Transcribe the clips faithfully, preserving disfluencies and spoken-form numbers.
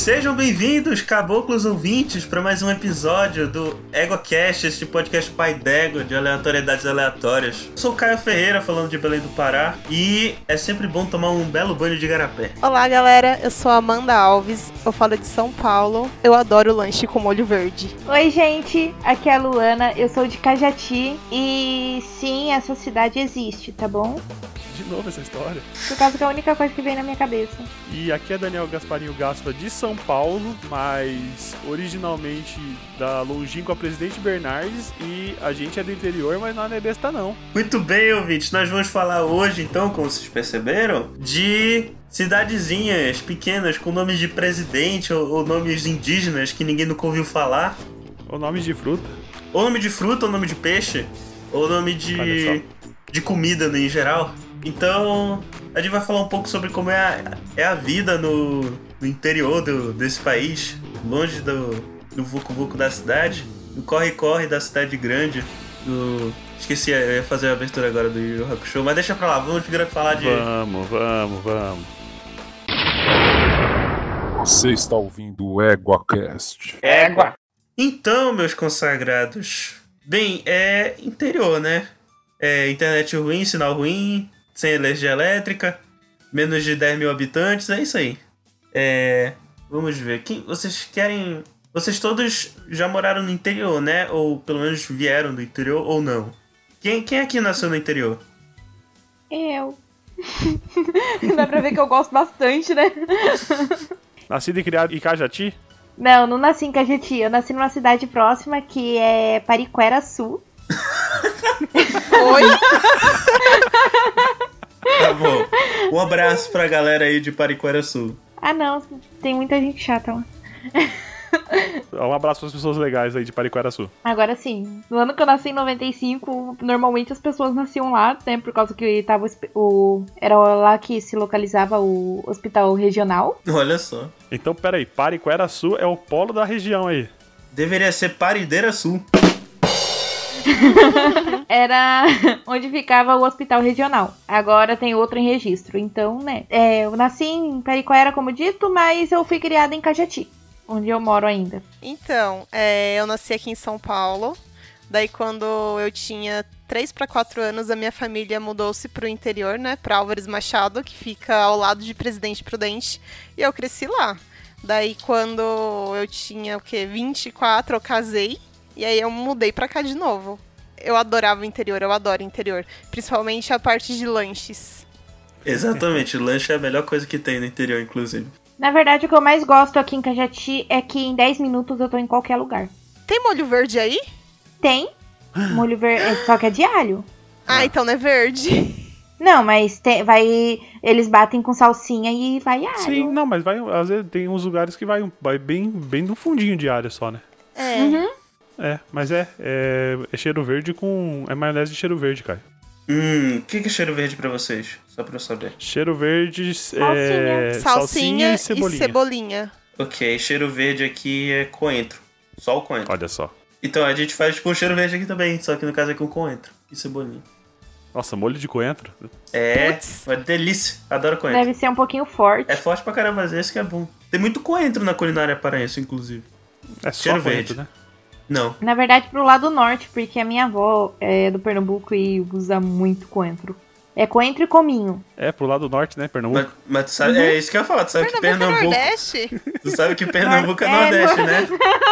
Sejam bem-vindos, caboclos ouvintes, para mais um episódio do EgoCast, este podcast pai d'égua de aleatoriedades aleatórias. Eu sou o Caio Ferreira, falando de Belém do Pará, e é sempre bom tomar um belo banho de igarapé. Olá, galera, eu sou a Amanda Alves, eu falo de São Paulo, eu adoro lanche com molho verde. Oi, gente, aqui é a Luana, eu sou de Cajati, e sim, essa cidade existe, tá bom? De novo essa história. Por causa que é a única coisa que vem na minha cabeça. E aqui é Daniel Gasparinho Gaspa de São Paulo, mas originalmente da longínqua Presidente Bernardes, e a gente é do interior, mas não é besta não. Muito bem, ouvintes, nós vamos falar hoje, então, como vocês perceberam, de cidadezinhas pequenas com nomes de presidente ou, ou nomes indígenas que ninguém nunca ouviu falar. Ou nome de fruta. Ou nome de fruta, ou nome de peixe, ou nome de, de comida em geral. Então, a gente vai falar um pouco sobre como é a, é a vida no, no interior do, desse país, longe do, do vucu-vucu da cidade, do corre-corre da cidade grande, do... Esqueci, eu ia fazer a abertura agora do Yu Yu Hakusho, mas deixa pra lá, vamos falar de... Vamos, vamos, vamos. Você está ouvindo o EguaCast. Égua! Então, meus consagrados, bem, é interior, né? É internet ruim, sinal ruim... sem energia elétrica, menos de dez mil habitantes, é isso aí. É, vamos ver, quem, vocês querem... Vocês todos já moraram no interior, né? Ou pelo menos vieram do interior, ou não? Quem, quem aqui nasceu no interior? Eu. Dá pra ver que eu gosto bastante, né? Nascido e criado em Cajati? Não, não nasci em Cajati, eu nasci numa cidade próxima que é Pariquera-Sul. Oi? Tá bom. Um abraço pra galera aí de Pariquera-Sul. Ah, não, tem muita gente chata lá. Um abraço para as pessoas legais aí de Pariquera-Sul. Agora sim, no ano que eu nasci em noventa e cinco, normalmente as pessoas nasciam lá, né, por causa que tava o, era lá que se localizava o hospital regional. Olha só. Então, peraí, Pariquera-Sul é o polo da região aí. Deveria ser Parideira-Sul. Era onde ficava o hospital regional. Agora tem outro em registro. Então, né, é, eu nasci em Pariquera, como dito, mas eu fui criada em Cajati, onde eu moro ainda. Então, é, eu nasci aqui em São Paulo. Daí, quando eu tinha três para quatro anos, a minha família mudou-se pro interior, né, pra Álvares Machado, que fica ao lado de Presidente Prudente, e eu cresci lá. Daí, quando eu tinha, o quê, vinte e quatro, eu casei, e aí eu mudei pra cá de novo. Eu adorava o interior, eu adoro o interior, principalmente a parte de lanches. Exatamente, lanche é a melhor coisa que tem no interior, inclusive. Na verdade, o que eu mais gosto aqui em Cajati é que em dez minutos eu tô em qualquer lugar. Tem molho verde aí? Tem molho verde, só que é de alho. Ah, ah. Então não é verde. Não, mas tem, vai, eles batem com salsinha e vai alho. Sim, não, mas vai, às vezes tem uns lugares que vai, vai bem, bem no fundinho de alho só, né? É. Uhum. É, mas é, é, é cheiro verde com... é maionese de cheiro verde, cara. Hum, o que, que é cheiro verde pra vocês? Só pra eu saber. Cheiro verde, salsinha, é, salsinha, salsinha e cebolinha. E cebolinha. Ok, cheiro verde aqui é coentro. Só o coentro. Olha só. Então a gente faz tipo cheiro verde aqui também, só que no caso é com coentro e cebolinha. Nossa, molho de coentro? É, Puts. uma delícia. Adoro coentro. Deve ser um pouquinho forte. É forte pra caramba, mas esse que é bom. Tem muito coentro na culinária paraense, inclusive. É só Cheiro coentro, verde. né? Não. Na verdade, pro lado norte, porque a minha avó é do Pernambuco e usa muito coentro. É coentro e cominho. É, pro lado norte, né? Pernambuco. Mas, mas tu sabe, é isso que eu ia falar. Tu sabe Pernambuco, que Pernambuco. é Nordeste? Tu sabe que Pernambuco é É, Nordeste, né?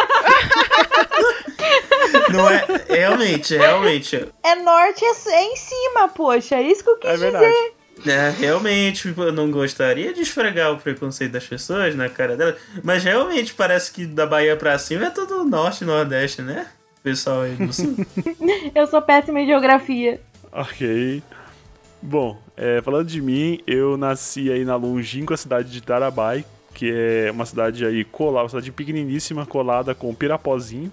Não é. Realmente, realmente. É norte, é em cima, poxa. É isso que eu quis É verdade. dizer. É, realmente, eu não gostaria de esfregar o preconceito das pessoas na cara dela, mas realmente parece que da Bahia pra cima é tudo norte e nordeste, né? Pessoal aí do sul. Eu sou péssima em geografia. Ok. Bom, é, falando de mim, eu nasci aí na longínqua cidade de Tarabai, que é uma cidade aí colada, uma cidade pequeniníssima, colada com Pirapozinho.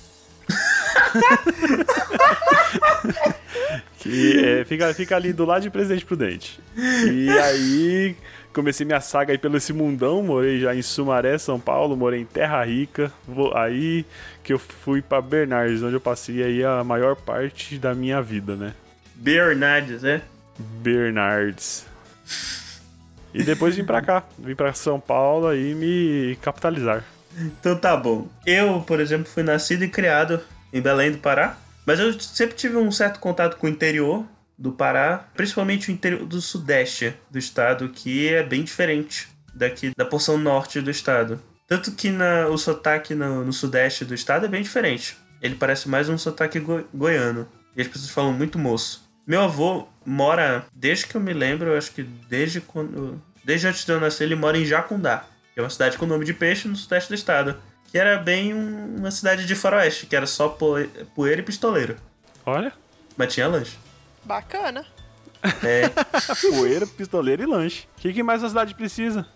que é, fica, fica ali do lado de Presidente Prudente. E aí comecei minha saga aí pelo esse mundão, morei já em Sumaré, São Paulo, morei em Terra Rica, vou, aí que eu fui pra Bernardes, onde eu passei aí a maior parte da minha vida, né? Bernardes, né? Bernardes. E depois vim pra cá. Vim pra São Paulo aí me capitalizar. Então tá bom. Eu, por exemplo, fui nascido e criado em Belém do Pará. Mas eu sempre tive um certo contato com o interior do Pará. Principalmente o interior do sudeste do estado, que é bem diferente daqui da porção norte do estado. Tanto que na, o sotaque no, no sudeste do estado é bem diferente. Ele parece mais um sotaque go, goiano. E as pessoas falam muito moço. Meu avô mora, desde que eu me lembro, eu acho que desde quando... Desde antes de eu nascer, ele mora em Jacundá, que é uma cidade com nome de peixe no sudeste do estado. Que era bem um, uma cidade de faroeste, que era só poe, poeira e pistoleiro. Olha. Mas tinha lanche. Bacana. É. Poeira, pistoleiro e lanche. O que, que mais a cidade precisa?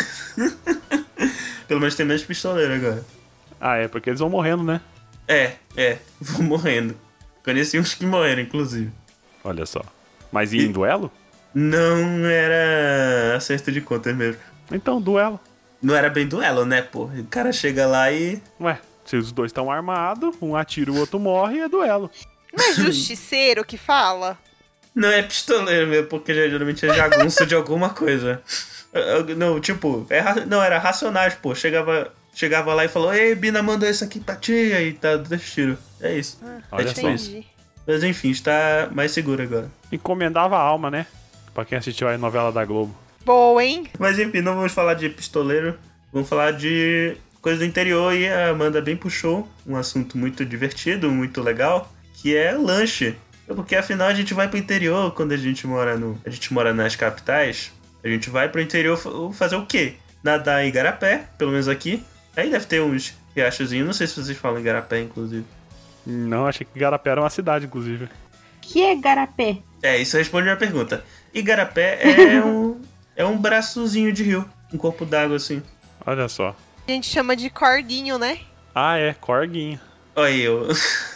Pelo menos tem menos pistoleiro agora. Ah, é, porque eles vão morrendo, né? É, é. Vou morrendo. Conheci uns que morreram, inclusive. Olha só. Mas ia em duelo? Não era acerto de contas mesmo. Então, duelo. Não era bem duelo, né, pô? O cara chega lá e... Ué, se os dois estão armados, um atira, o outro morre, é duelo. Não é justiceiro que fala? Não é pistoleiro mesmo, porque geralmente é jagunço de alguma coisa. Não, tipo, é ra... não, era racionais, pô. Chegava, chegava lá e falou: Ei, Bina, manda isso aqui pra ti. Aí tá, dois tiros. É isso. Olha é tipo só. isso. Mas enfim, está mais seguro agora. Encomendava a alma, né? Pra quem assistiu a novela da Globo. Boa, hein? Mas enfim, não vamos falar de pistoleiro. Vamos falar de coisa do interior. E a Amanda bem puxou um assunto muito divertido, muito legal, que é lanche. Porque afinal a gente vai pro interior quando a gente mora no, a gente mora nas capitais. A gente vai pro interior fazer o quê? Nadar em Igarapé, pelo menos aqui. Aí deve ter uns riachozinhos. Não sei se vocês falam Igarapé, inclusive. Não, achei que Igarapé era uma cidade, inclusive. Que é garapé? É, isso responde a minha pergunta. Igarapé é um, é um braçozinho de rio. Um corpo d'água, assim. Olha só. A gente chama de corguinho, né? Ah, é, corguinho. Olha eu.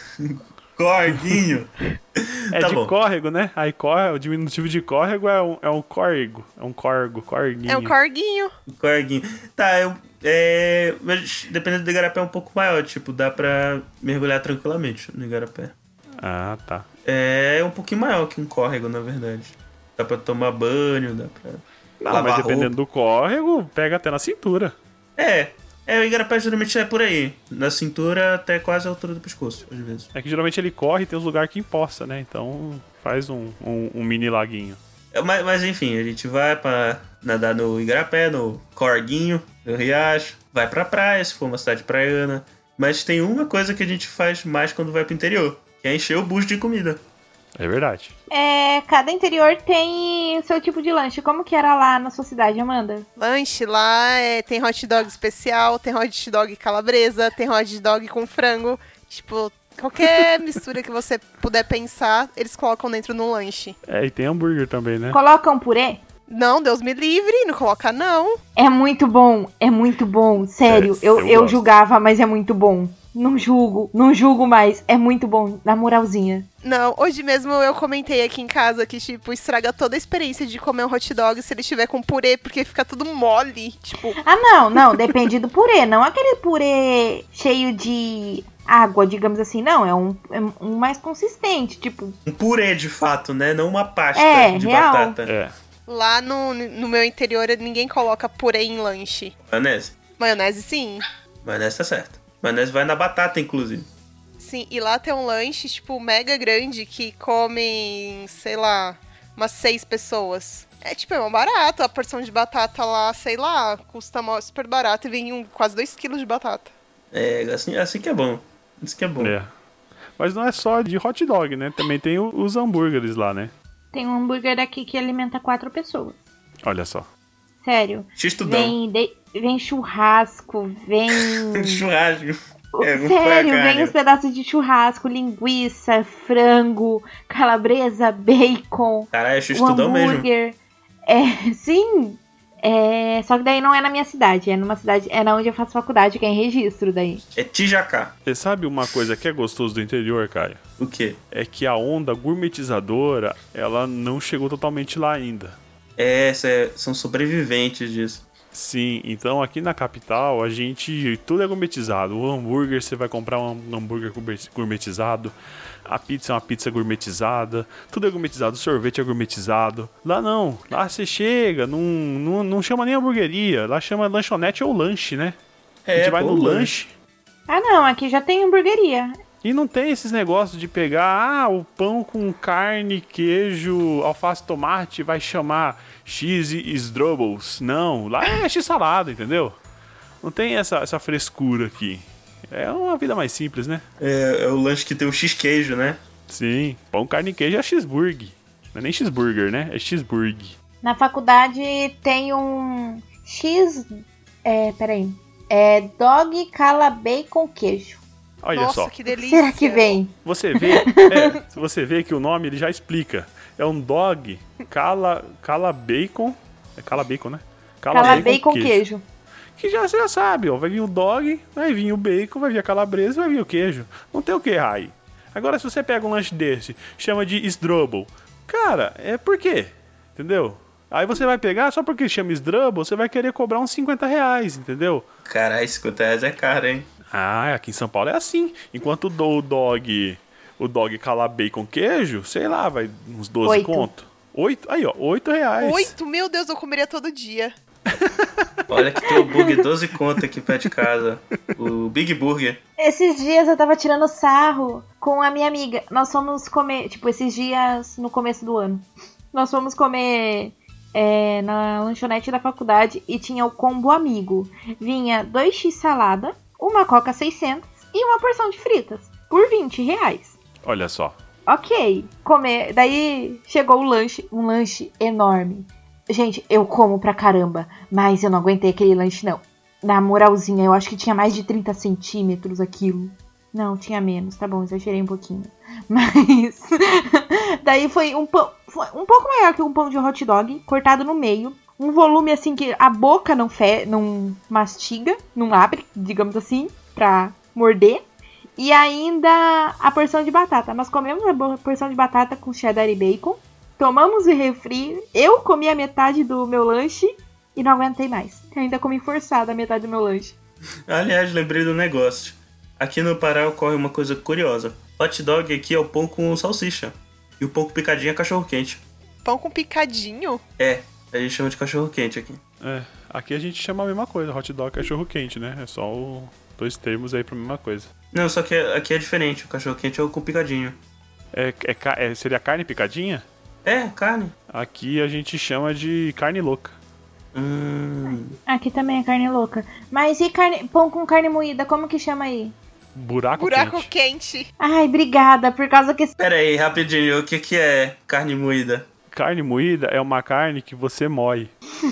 Corguinho. É Tá de bom. córrego, né? Aí corre, o diminutivo de córrego é um, é um córrego. É um corgo, corguinho. É um corguinho. Corguinho. Tá, eu... É, mas dependendo do Igarapé é um pouco maior. Tipo, dá pra mergulhar tranquilamente no Igarapé. Ah, tá. É um pouquinho maior que um córrego, na verdade. Dá pra tomar banho, dá pra Não, lavar mas dependendo roupa. do córrego, pega até na cintura. É, é, o Igarapé geralmente é por aí. Na cintura até quase a altura do pescoço, às vezes. É que geralmente ele corre e tem uns lugares que emposta, né? Então faz um, um, um mini laguinho. É, Mas, mas enfim, a gente vai pra nadar no Igarapé, no Corguinho, no Riacho. Vai pra praia, se for uma cidade praiana. Mas tem uma coisa que a gente faz mais quando vai pro interior, que é encher o bucho de comida. É verdade. É, cada interior tem o seu tipo de lanche. Como que era lá na sua cidade, Amanda? Lanche lá é, tem hot dog especial, tem hot dog calabresa, tem hot dog com frango. Tipo, qualquer mistura que você puder pensar, eles colocam dentro no lanche. É, e tem hambúrguer também, né? Colocam purê? Não, Deus me livre, não coloca não. É muito bom, é muito bom. Sério, É, eu, eu eu gosto. julgava, mas é muito bom. Não julgo, não julgo mais. É muito bom, na moralzinha. Não, hoje mesmo eu comentei aqui em casa que, tipo, estraga toda a experiência de comer um hot dog se ele estiver com purê, porque fica tudo mole. Tipo, Ah, não, não, depende do purê. Não aquele purê cheio de água, digamos assim. Não, é um, é um mais consistente, tipo... Um purê, de fato, né? Não uma pasta É, de real. batata. É. lá no, no meu interior ninguém coloca purê em lanche. Maionese. Maionese, sim. Maionese tá certo. Maionese vai na batata, inclusive. Sim, e lá tem um lanche, tipo, mega grande que comem, sei lá, umas seis pessoas. É, tipo, é um barato. A porção de batata lá, sei lá, custa mó- super barato e vem um, quase dois quilos de batata. É, assim, assim que é bom. Isso que é bom. É. Mas não é só de hot dog, né? Também tem o- os hambúrgueres lá, né? Tem um hambúrguer aqui que alimenta quatro pessoas. Olha só. Sério. X-tudão. Vem, de- vem churrasco, vem... Churrasco. É, não Sério, foi a carne. vem os pedaços de churrasco, linguiça, frango, calabresa, bacon, Caralho, é o X-tudão mesmo. hambúrguer. É, sim. É, só que daí não é na minha cidade, é numa cidade, é na onde eu faço faculdade, que é em Registro daí. É Tijacá. Você sabe uma coisa que é gostoso do interior, Caio? O quê? É que a onda gourmetizadora, ela não chegou totalmente lá ainda. É, cê- são sobreviventes disso. Sim, então aqui na capital a gente, tudo é gourmetizado. O hambúrguer, você vai comprar um hambúrguer gourmetizado, a pizza é uma pizza gourmetizada, tudo é gourmetizado, o sorvete é gourmetizado. Lá não, lá você chega, não, não, não chama nem hamburgueria, lá chama lanchonete ou lanche, né? É, a gente vai pô, no lanche. lanche. Ah, não, aqui já tem hamburgueria. E não tem esses negócios de pegar, ah, o pão com carne, queijo, alface, tomate, vai chamar X e Sdrubbles. Não, lá é X-salada, entendeu? Não tem essa, essa frescura aqui. É uma vida mais simples, né? É, é o lanche que tem o X-queijo, né? Sim, pão, carne e queijo é X-burger. Não é nem X-burger, né? É X-burger. Na faculdade tem um X... É, peraí. É dog cala bacon queijo. Olha Nossa, só. que delícia. Será que vem? Você vê, é, você vê que o nome ele já explica. É um dog cala, cala bacon. É cala bacon, né? Cala bacon queijo. Que já você já sabe, ó. Vai vir o dog, vai vir o bacon, vai vir a calabresa, vai vir o queijo. Não tem o que errar aí. Agora, se você pega um lanche desse, chama de Sdrubble. Cara, é por quê? Entendeu? Aí você vai pegar, só porque chama Sdrubble, você vai querer cobrar uns cinquenta reais, entendeu? Caralho, cinquenta reais é caro, hein? Ah, aqui em São Paulo é assim. Enquanto o dog, o dog cala bacon queijo, sei lá, vai uns doze Oito. conto. Oito? Aí, ó, oito reais. Oito? Meu Deus, eu comeria todo dia. Olha que tem o Bug doze conto aqui perto de casa. O Big Burger. Esses dias eu tava tirando sarro com a minha amiga. Nós fomos comer, tipo, esses dias no começo do ano. Nós fomos comer é, na lanchonete da faculdade e tinha o combo amigo. Vinha dois x salada, uma coca seiscentos e uma porção de fritas. Por vinte reais. Olha só. Ok, comer. Daí chegou o lanche, um lanche enorme. Gente, eu como pra caramba, mas eu não aguentei aquele lanche, não. Na moralzinha, eu acho que tinha mais de trinta centímetros aquilo. Não, tinha menos, tá bom, exagerei um pouquinho. Mas... daí foi um pão, foi um pouco maior que um pão de hot dog, cortado no meio. Um volume assim que a boca não, fe, não mastiga, não abre, digamos assim, pra morder. E ainda a porção de batata. Nós comemos a porção de batata com cheddar e bacon. Tomamos o refri, eu comi a metade do meu lanche e não aguentei mais. Eu ainda comi forçada a metade do meu lanche. Aliás, lembrei do negócio. Aqui no Pará ocorre uma coisa curiosa. Hot dog aqui é o pão com salsicha. E o pão com picadinho é cachorro-quente. Pão com picadinho? É, a gente chama de cachorro-quente aqui. É, aqui a gente chama a mesma coisa, hot dog é cachorro quente, né? É só o, dois termos aí pra mesma coisa. Não, só que aqui é diferente. O cachorro-quente é o com picadinho. É, é, é, seria carne picadinha? É, carne. Aqui a gente chama de carne louca. Hum... Aqui também é carne louca. Mas e carne, pão com carne moída, como que chama aí? Buraco, Buraco quente. quente. Ai, obrigada, por causa que... Pera aí, rapidinho. O que que é carne moída? Carne moída é uma carne que você moe.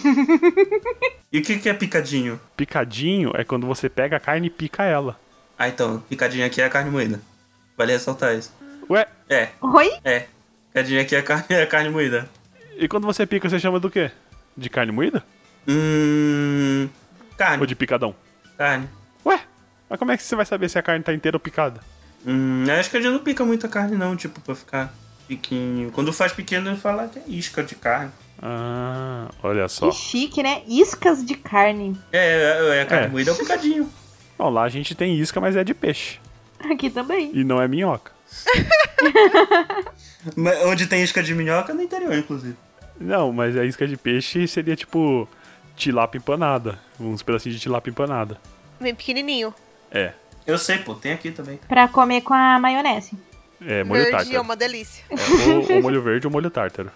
E o que que é picadinho? Picadinho é quando você pega a carne e pica ela. Ah, então. Picadinho aqui é a carne moída. Vale ressaltar isso. Ué, É, Oi? é. Picadinho aqui é a carne, é a carne moída. e quando você pica, você chama do quê? De carne moída? Hum... Carne. Ou de picadão? Carne. Ué, mas como é que você vai saber se a carne tá inteira ou picada? Hum, acho que a gente não pica muita carne não, tipo, pra ficar piquinho. Quando faz pequeno, fala que é isca de carne. Ah, olha só. Que chique, né? Iscas de carne. É, é, é a carne É. moída é o picadinho. Bom, lá a gente tem isca, mas é de peixe. Aqui também. E não é minhoca. Mas onde tem isca de minhoca, no interior, inclusive. Não, mas a isca de peixe seria tipo tilápia empanada. Uns pedacinhos de tilápia empanada. Bem pequenininho. É, Eu sei, pô, tem aqui também. Pra comer com a maionese. é molho Verde é tártaro. uma delícia. É, ou, ou molho verde ou molho tártaro.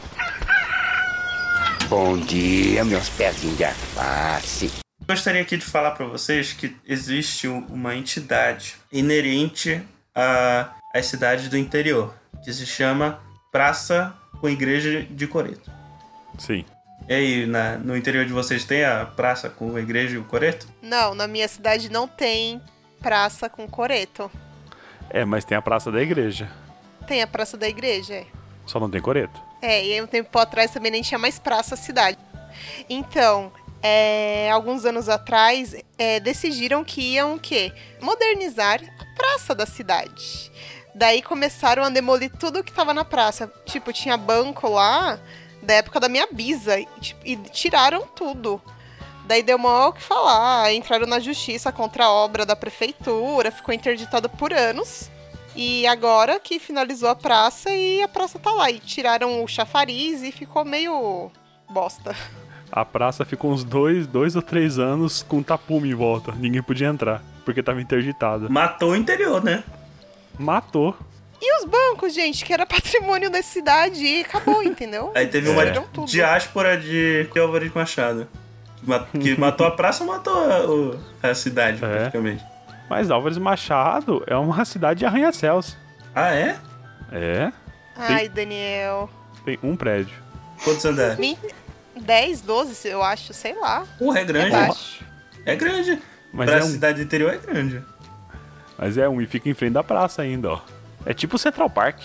Bom dia, meus pezinhos de alface. Gostaria aqui de falar pra vocês que existe um- uma entidade inerente a- às cidades do interior, que se chama Praça com Igreja de Coreto. Sim. E aí, na- no interior de vocês tem a praça com a igreja e o coreto? Não, na minha cidade não tem praça com coreto. É, mas tem a praça da igreja. Tem a praça da igreja, é. Só não tem coreto. É, e aí um tempo atrás também nem tinha mais praça a cidade. Então, é, alguns anos atrás, é, decidiram que iam o quê? Modernizar a praça da cidade. Daí começaram a demolir tudo que tava na praça. Tipo, tinha banco lá da época da minha bisa e, tipo, e tiraram tudo. Daí deu mal o que falar, entraram na justiça contra a obra da prefeitura, ficou interditada por anos. E agora que finalizou a praça e a praça tá lá. E tiraram o chafariz e ficou meio bosta. A praça ficou uns dois, dois ou três anos com tapume em volta. Ninguém podia entrar, porque tava interditada. Matou o interior, né? Matou. E os bancos, gente, que era patrimônio da cidade e acabou, entendeu? Aí teve uma Destruíram tudo. diáspora de Álvares Machado. Que ma- Que matou a praça, matou a, o- a cidade, É. praticamente. Mas Álvares Machado é uma cidade de arranha-céus. Ah, é? É, Ai, Daniel. tem um prédio. Quantos andares? Vinte, dez, doze, eu acho, sei lá. Porra, é grande. Eu acho. É grande. Mas pra é um- cidade do interior é grande. Mas é um e fica em frente da praça ainda, ó. É tipo o Central Park.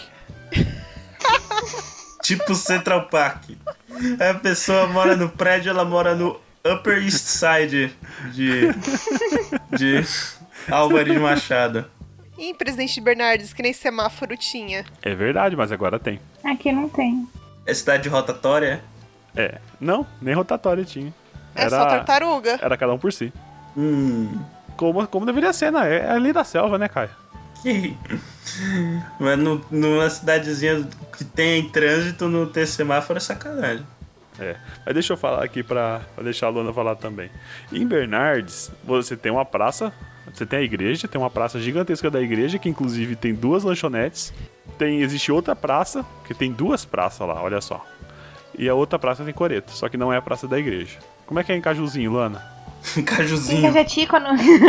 Tipo Central Park. A pessoa mora no prédio, ela mora no Upper East Side de, de Álvares Machado. E em Presidente Bernardes, que nem semáforo tinha. É verdade, mas agora tem. Aqui não tem. É cidade rotatória? É. Não, nem rotatória tinha. É só tartaruga. Era cada um por si. Hum. Como, como deveria ser, né? É ali da selva, né, Caio? Que... Mas no, numa cidadezinha que tem trânsito, não ter semáforo é sacanagem. É. Mas deixa eu falar aqui pra, pra deixar a Luana falar também. Em Bernardes, você tem uma praça, você tem a igreja, tem uma praça gigantesca da igreja, que inclusive tem duas lanchonetes. Tem, existe outra praça, que tem duas praças lá, olha só. E a outra praça tem coreto, só que não é a praça da igreja. Como é que é em Cajuzinho, Luana? Em Cajuzinho. Cajati, quando...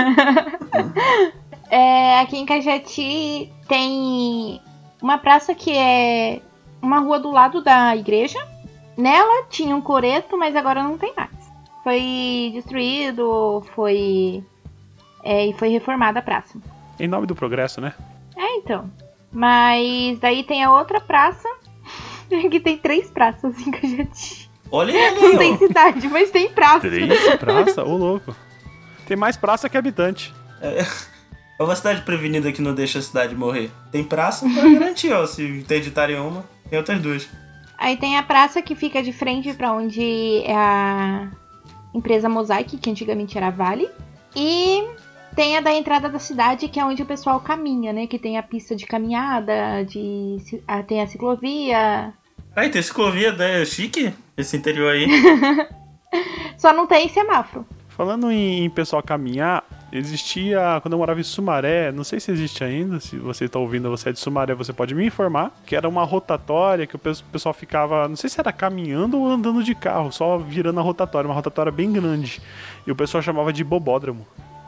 é, aqui em Cajati tem uma praça que é uma rua do lado da igreja. Nela tinha um coreto, mas agora não tem mais. Foi destruído, foi... É, e foi reformada a praça. Em nome do progresso, né? É, então. Mas daí tem a outra praça, que tem três praças em Cajati. Olha ele Não ali, tem ó. cidade, mas tem praça. Três praças? Ô, louco. Tem mais praça que habitante. É uma cidade prevenida que não deixa a cidade morrer. Tem praça pra garantir, ó. Se interditarem uma, tem outras duas. Aí tem a praça que fica de frente pra onde é a empresa Mosaic, que antigamente era a Vale. E tem a da entrada da cidade, que é onde o pessoal caminha, né? Que tem a pista de caminhada, de, ah, tem a ciclovia. Aí tem ciclovia, né? Chique esse interior aí. Só não tem semáforo. Falando em, em pessoal caminhar, existia, quando eu morava em Sumaré, não sei se existe ainda, se você está ouvindo, você é de Sumaré, você pode me informar, que era uma rotatória que o pe- pessoal ficava, não sei se era caminhando ou andando de carro, só virando a rotatória, uma rotatória bem grande. E o pessoal chamava de bobódromo.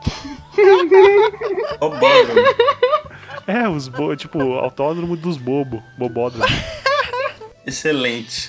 Ó, bódromo. É, os bo... tipo, autódromo dos bobo, bobódromo. Excelente.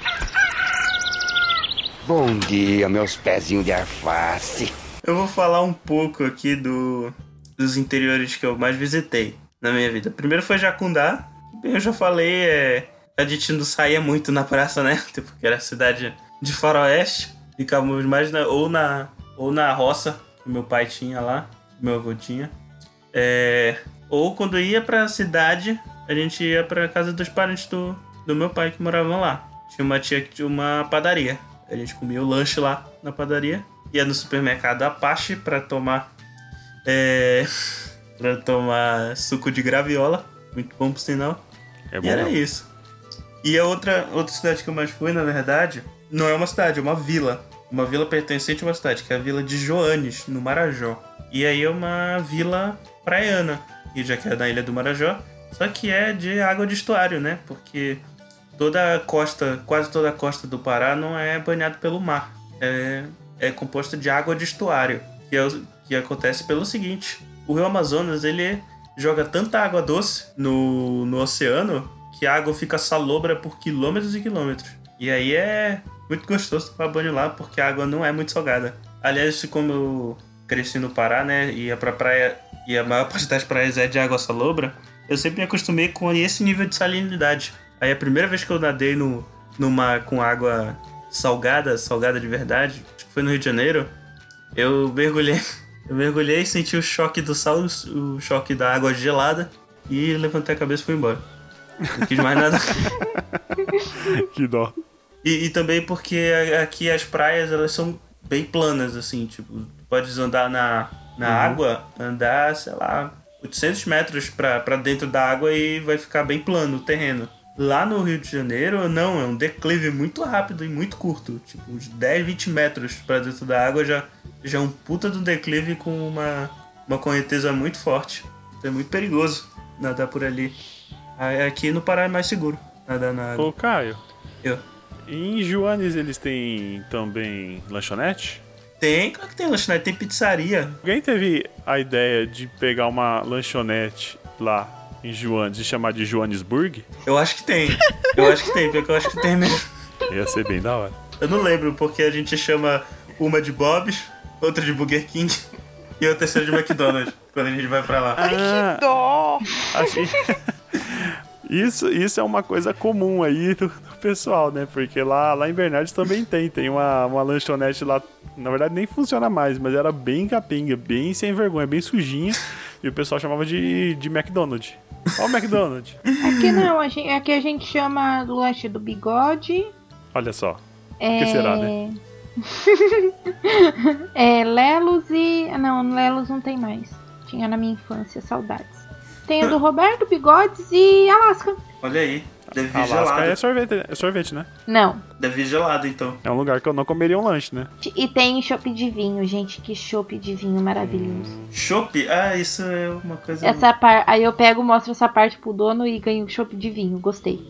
Bom dia, meus pezinhos de alface. Eu vou falar um pouco aqui do, dos interiores que eu mais visitei na minha vida. Primeiro foi Jacundá. Eu já falei, é, a gente não saía muito na praça, né? Porque era cidade de faroeste. Ficávamos mais na, ou, na, ou na roça, que meu pai tinha lá, meu avô tinha. É, ou quando ia pra cidade, a gente ia pra casa dos parentes do, do meu pai que moravam lá. Tinha uma tia que tinha uma padaria. A gente comia o lanche lá na padaria. Ia no supermercado Apache pra tomar é, pra tomar suco de graviola. Muito bom por sinal. É bom. E era não? isso. E a outra, outra cidade que eu mais fui, na verdade, não é uma cidade, é uma vila. Uma vila pertencente a uma cidade, que é a vila de Joanes, no Marajó. E aí é uma vila praiana, e já que é na ilha do Marajó, só que é de água de estuário, né? Porque toda a costa, quase toda a costa do Pará não é banhada pelo mar. É, é composta de água de estuário, que, é o, que acontece pelo seguinte. O rio Amazonas, ele joga tanta água doce no, no oceano que a água fica salobra por quilômetros e quilômetros. E aí é muito gostoso tomar banho lá, porque a água não é muito salgada. Aliás, como eu cresci no Pará, né, ia pra praia, e a maior parte das praias é de água salobra, eu sempre me acostumei com esse nível de salinidade. Aí a primeira vez que eu nadei no, no mar com água salgada, salgada de verdade, acho que foi no Rio de Janeiro, eu mergulhei, eu mergulhei, senti o choque do sal, o choque da água gelada, e levantei a cabeça e fui embora. Não quis mais nada. Que dó. E, e também porque aqui as praias, elas são bem planas, assim, tipo, pode andar na, na Uhum. água, andar, sei lá, oitocentos metros pra, pra dentro da água e vai ficar bem plano o terreno. Lá no Rio de Janeiro, não, é um declive muito rápido e muito curto. Tipo, uns dez, vinte metros pra dentro da água já, já é um puta do declive com uma, uma correnteza muito forte. Então é muito perigoso nadar por ali. Aí aqui no Pará é mais seguro nadar na água. Ô, Caio, Eu. em Joanes eles têm também lanchonete? Tem, claro que tem lanchonete, tem pizzaria. Alguém teve a ideia de pegar uma lanchonete lá em Joanes e chamar de Joanesburg? Eu acho que tem. Eu acho que tem, porque eu acho que tem mesmo. Ia ser bem da hora. Eu não lembro, porque a gente chama uma de Bob's, outra de Burger King e a terceira de McDonald's, quando a gente vai pra lá. Ai, Ah. que dó! Achei... Isso, isso é uma coisa comum aí do, do pessoal, né? Porque lá, lá em Bernardes também tem. Tem uma, uma lanchonete lá. Na verdade, nem funciona mais, mas era bem capenga, bem sem vergonha, bem sujinha. E o pessoal chamava de, de McDonald's. Ó o McDonald's. Aqui não, a gente, aqui a gente chama lanche do bigode. Olha só. É... que será, né? é, Lelos e... ah, não, Lelos não tem mais. Tinha na minha infância, saudades. Tem o do Roberto, Bigodes e Alasca. Olha aí, deve vir Alasca gelado. é sorvete, é sorvete, né? Não. Deve vir gelado, então. É um lugar que eu não comeria um lanche, né? E tem chopp de vinho, gente. Que chopp de vinho maravilhoso. Chopp? Ah, isso é uma coisa... Essa par... Aí eu pego, mostro essa parte pro dono e ganho chopp de vinho. Gostei.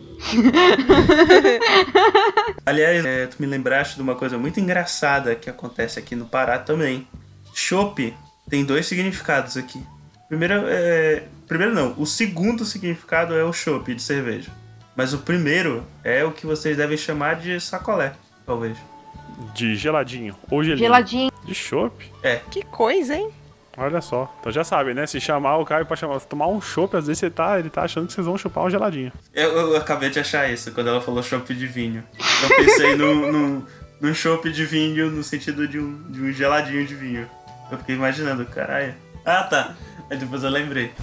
Aliás, é, tu me lembraste de uma coisa muito engraçada que acontece aqui no Pará também. Chopp tem dois significados aqui. Primeiro, é... primeiro não, o segundo significado é o chopp de cerveja. Mas o primeiro é o que vocês devem chamar de sacolé, talvez. De geladinho ou gelinho. Geladinho. De chopp? Que coisa, hein? Olha só. Então já sabe, né? Se chamar o Caio pra chamar, tomar um chopp, às vezes você tá, ele tá achando que vocês vão chupar um geladinho. Eu, eu acabei de achar isso quando ela falou chopp de vinho. Eu pensei num, num, num chopp de vinho no sentido de um, de um geladinho de vinho. Eu fiquei imaginando, caralho. Ah, tá. Aí depois eu lembrei.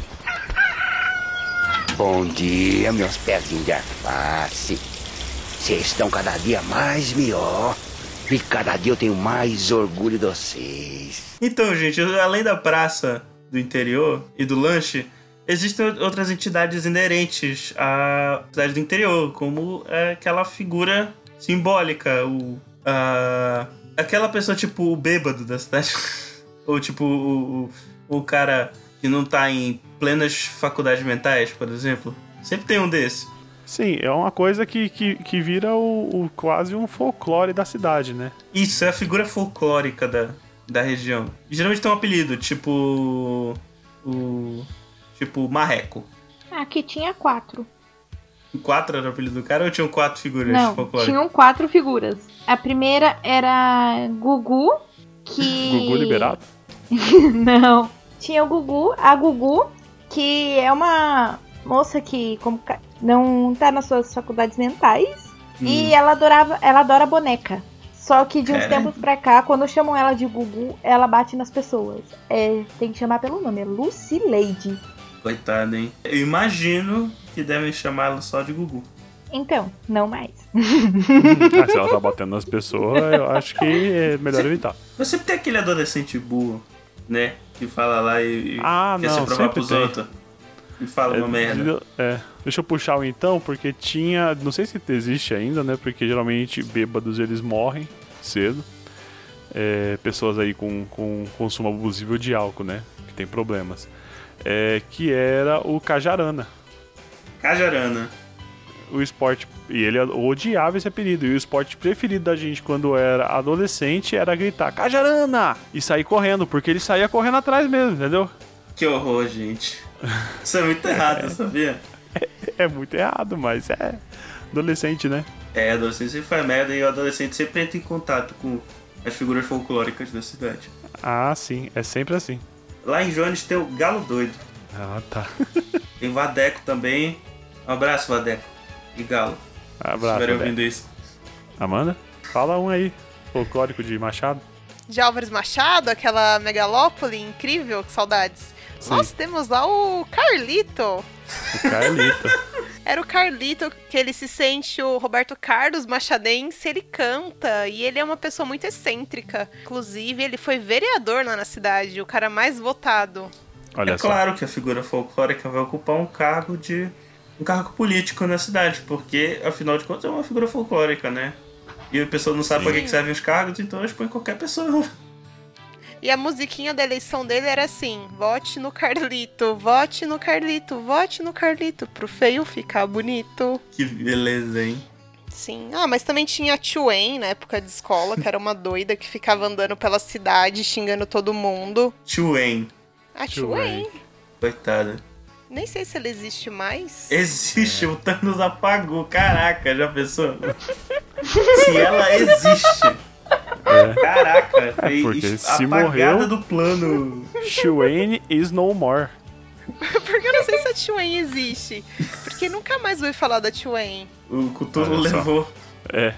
Bom dia, meus pezinhos de alface. Vocês estão cada dia mais melhor. E cada dia eu tenho mais orgulho de vocês. Então, gente, além da praça do interior e do lanche, existem outras entidades inerentes à cidade do interior, como é, aquela figura simbólica, o, a, aquela pessoa tipo o bêbado da cidade, ou tipo o, o, o cara que não tá em plenas faculdades mentais, por exemplo. Sempre tem um desse. Sim, é uma coisa que, que, que vira o, o quase um folclore da cidade, né? Isso, é a figura folclórica da, da região. Geralmente tem um apelido, tipo... o tipo Marreco. Aqui tinha quatro. Quatro era o apelido do cara ou tinham quatro figuras Não, folclóricas? tinham quatro figuras. A primeira era Gugu, que... Gugu liberado? Não. Tinha o Gugu, a Gugu, que é uma moça que como ca- não tá nas suas faculdades mentais. Hum. E ela adorava, ela adora boneca. Só que de uns Caralho. tempos pra cá, quando chamam ela de Gugu, ela bate nas pessoas. É, tem que chamar pelo nome, é Lucileide. Coitado, hein? Eu imagino que devem chamá-lo só de Gugu. Então, não mais. Ah, se ela tá batendo nas pessoas, eu acho que é melhor evitar. Mas sempre tem aquele adolescente burro, né? Que fala lá e, e Ah, quer não, se provar sempre pros tem. outros. E fala uma merda. É, deixa eu puxar o então, porque tinha. Não sei se existe ainda, né? Porque geralmente bêbados eles morrem cedo. É, pessoas aí com, com consumo abusivo de álcool, né? Que tem problemas. É, que era o Cajarana. Cajarana. O esporte. E ele odiava esse apelido. E o esporte preferido da gente quando era adolescente era gritar Cajarana! E sair correndo, porque ele saía correndo atrás mesmo, entendeu? Que horror, gente. Isso é muito errado, sabia? É muito errado, mas é adolescente, né? É, adolescente sempre faz merda e o adolescente sempre entra em contato com as figuras folclóricas da cidade. Ah, sim, é sempre assim. Lá em Joanes tem o Galo Doido. Ah, tá. Tem Vadeco também. Um abraço, Vadeco. E Galo. Se Abraço. estiverem Adé. ouvindo isso. Amanda? Fala um aí, folclórico de Machado. De Álvares Machado, aquela megalópole incrível, que saudades. Sim. Nós temos lá o Carlito. O Carlito. Era o Carlito, que ele se sente o Roberto Carlos machadense, ele canta, e ele é uma pessoa muito excêntrica. Inclusive, ele foi vereador lá na cidade, o cara mais votado. Olha é só. claro que a figura folclórica vai ocupar um cargo de um cargo político na cidade, porque, afinal de contas, é uma figura folclórica, né? E a pessoa não sabe Sim. para que servem os cargos, então eles põem qualquer pessoa. E a musiquinha da eleição dele era assim: vote no Carlito, vote no Carlito, vote no Carlito, pro feio ficar bonito. Que beleza, hein? Sim. Ah, mas também tinha a Tchuen na época de escola, que era uma doida que ficava andando pela cidade, xingando todo mundo. Tchuen. A Tchuen. Tchuen. Coitada. Nem sei se ela existe mais. Existe, o Thanos apagou. Caraca, já pensou? Se ela existe. É. Caraca, foi porque es- se apagada morreu- do plano. Tchuen is no more. Porque eu não sei se a Tchuen existe. Porque nunca mais ouvi falar da Tchuen. O Cthulhu Olha só. levou. É.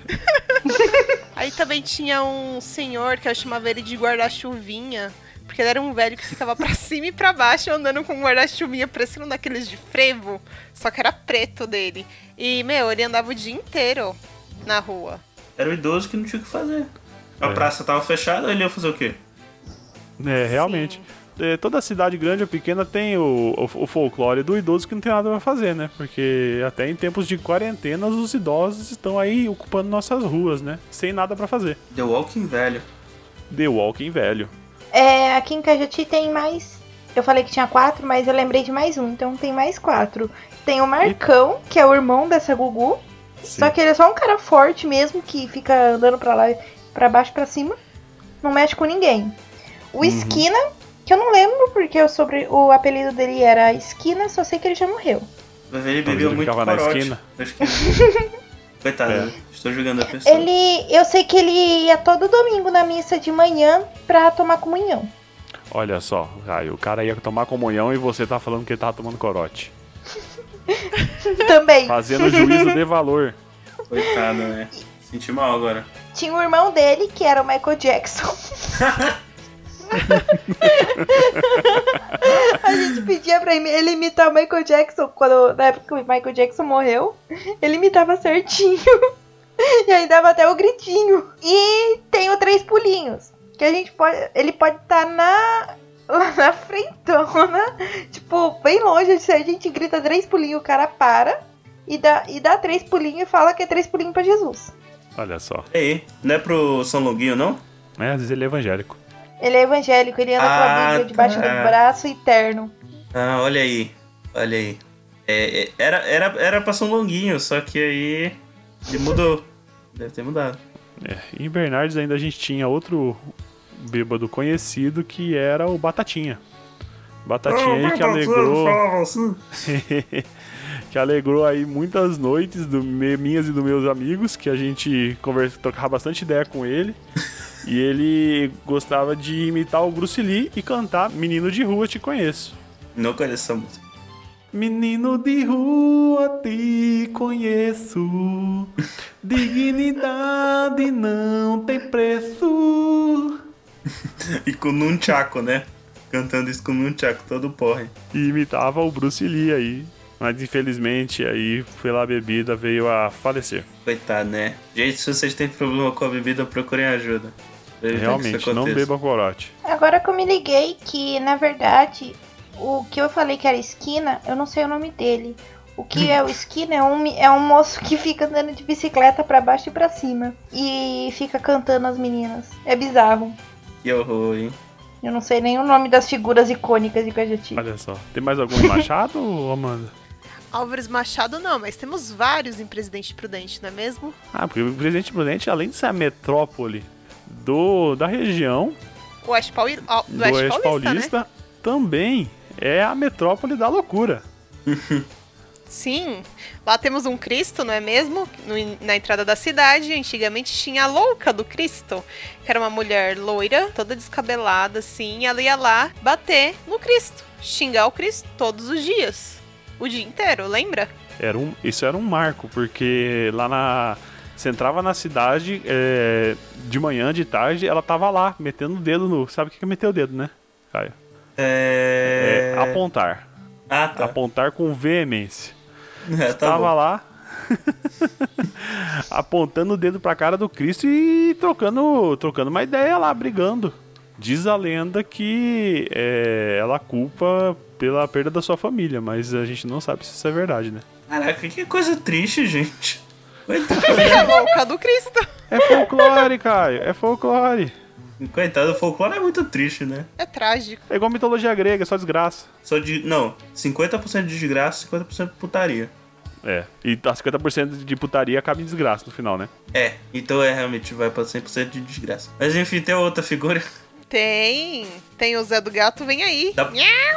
Aí também tinha um senhor que eu chamava ele de guarda-chuvinha. Porque ele era um velho que ficava pra cima e pra baixo andando com um guarda-chuvinha parecendo um daqueles de frevo. Só que era preto dele. E, meu, ele andava o dia inteiro na rua. Era o idoso que não tinha o que fazer. A É. praça tava fechada, ele ia fazer o quê? É, realmente. É, toda cidade grande ou pequena tem o, o, o folclore do idoso que não tem nada pra fazer, né? Porque até em tempos de quarentena os idosos estão aí ocupando nossas ruas, né? Sem nada pra fazer. The Walking Velho. The Walking Velho. É, aqui em Cajati tem mais. Eu falei que tinha quatro, mas eu lembrei de mais um, então tem mais quatro. Tem o Marcão, que é o irmão dessa Gugu. Sim. Só que ele é só um cara forte mesmo, que fica andando pra lá, pra baixo e pra cima. Não mexe com ninguém. O Esquina, que eu não lembro porque o, sobre, o apelido dele era Esquina, só sei que ele já morreu. Vai ver, ele Talvez bebeu ele muito ficava na corote. esquina. Na esquina. Coitado, É. estou julgando a pessoa. Ele, eu sei que ele ia todo domingo na missa de manhã pra tomar comunhão. Olha só, Caio, o cara ia tomar comunhão e você tá falando que ele tava tomando corote. Também. Fazendo juízo de valor. Coitado, né? Senti mal agora. Tinha o irmão dele, que era o Michael Jackson. A gente pedia pra ele imitar o Michael Jackson. Quando, na época que o Michael Jackson morreu, ele imitava certinho. E aí dava até o gritinho. E tem o Três Pulinhos. Que a gente pode. Ele pode estar na. Lá na frentona. Tipo, bem longe. Se a gente grita três pulinhos, o cara para. E dá, e dá três pulinhos e fala que é três pulinhos pra Jesus. Olha só. E aí, não é pro São Longuinho, não? É, às vezes ele é evangélico. Ele é evangélico, ele anda com Ah, a Bíblia debaixo tá. do braço e terno. Ah, olha aí. Olha aí. É, é, era, era, era pra São Longuinho, só que aí ele mudou. Deve ter mudado. É, em Bernardes ainda a gente tinha outro bêbado conhecido que era o Batatinha. Batatinha aí que alegrou. que alegrou aí muitas noites do, me- minhas e dos meus amigos, que a gente conversa, trocava bastante ideia com ele. E ele gostava de imitar o Bruce Lee e cantar Menino de Rua Te Conheço. Não conheço essa música. Menino de rua te conheço, dignidade não tem preço. E com Nunchaku, né? Cantando isso com Nunchaku, todo porre. E imitava o Bruce Lee aí. Mas infelizmente aí pela bebida veio a falecer. Coitado, né? Gente, se vocês têm problema com a bebida, procurem ajuda. Pra evitar que Realmente, isso não aconteça. beba corote. Agora que eu me liguei que, na verdade, o que eu falei que era esquina, eu não sei o nome dele. O que é o esquina é um, é um moço que fica andando de bicicleta pra baixo e pra cima. E fica cantando as meninas. É bizarro. Que horror, hein? Eu não sei nem o nome das figuras icônicas de Cajati. Olha só. Tem mais algum Machado, Amanda? Álvares Machado não, mas temos vários em Presidente Prudente, não é mesmo? Ah, porque o Presidente Prudente, além de ser a metrópole do, da região, O Oeste, Pauli... ó, do do Oeste Oeste Paulista, Paulista, né? também é a metrópole da loucura. Sim, lá temos um Cristo, não é mesmo? No- na entrada da cidade, antigamente tinha a louca do Cristo, que era uma mulher loira, toda descabelada, assim, e ela ia lá bater no Cristo, xingar o Cristo todos os dias, o dia inteiro, lembra? Era um, isso era um marco, porque lá na... Você entrava na cidade é, de manhã, de tarde, ela tava lá, metendo o dedo no... Sabe o que é meter o dedo, né, Caio? É... É apontar. Ah, tá. Apontar com veemência. É, tá estava bom. lá apontando o dedo pra cara do Cristo e trocando, trocando uma ideia lá, brigando. Diz a lenda que é, ela culpa pela perda da sua família, mas a gente não sabe se isso é verdade, né? Caraca, que coisa triste, gente. Coitado, É louca do Cristo. É folclore, Caio, é folclore. Coitado, o folclore é muito triste, né? É trágico. É igual mitologia grega, é só desgraça. Só de. Não, cinquenta por cento de desgraça, cinquenta por cento de putaria. É, e tá cinquenta por cento de putaria acaba em desgraça no final, né? É, então é realmente vai pra cem por cento de desgraça. Mas enfim, tem outra figura. Tem. Tem o Zé do Gato, vem aí. Tá.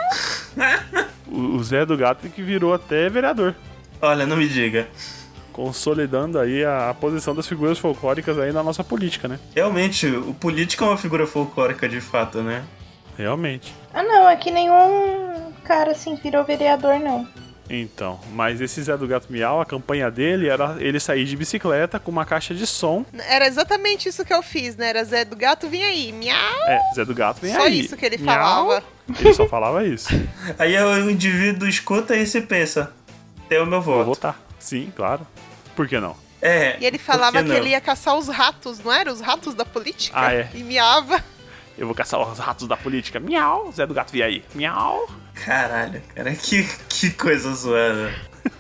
O, o Zé do Gato que virou até vereador, Olha, não me diga. consolidando aí a, a posição das figuras folclóricas aí na nossa política, né? Realmente, o político é uma figura folclórica de fato, né? Realmente. Ah, não, é que nenhum cara assim virou vereador, não. Então, mas esse Zé do Gato Miau, a campanha dele era ele sair de bicicleta com uma caixa de som. Era exatamente isso que eu fiz, né? Era Zé do Gato, vem aí. Miau. É, Zé do Gato vem Só aí. isso que ele Miau. falava. Ele só falava isso. Aí o indivíduo escuta e se pensa: tem o meu Vou voto. votar. Sim, claro. Por que não? É. E ele por falava que, não? ele ia caçar os ratos, não era? Os ratos da política? Ah, é. E miava. Eu vou caçar os ratos da política. Miau. Zé do Gato vem aí. Miau. Caralho, cara, que, que coisa zoada.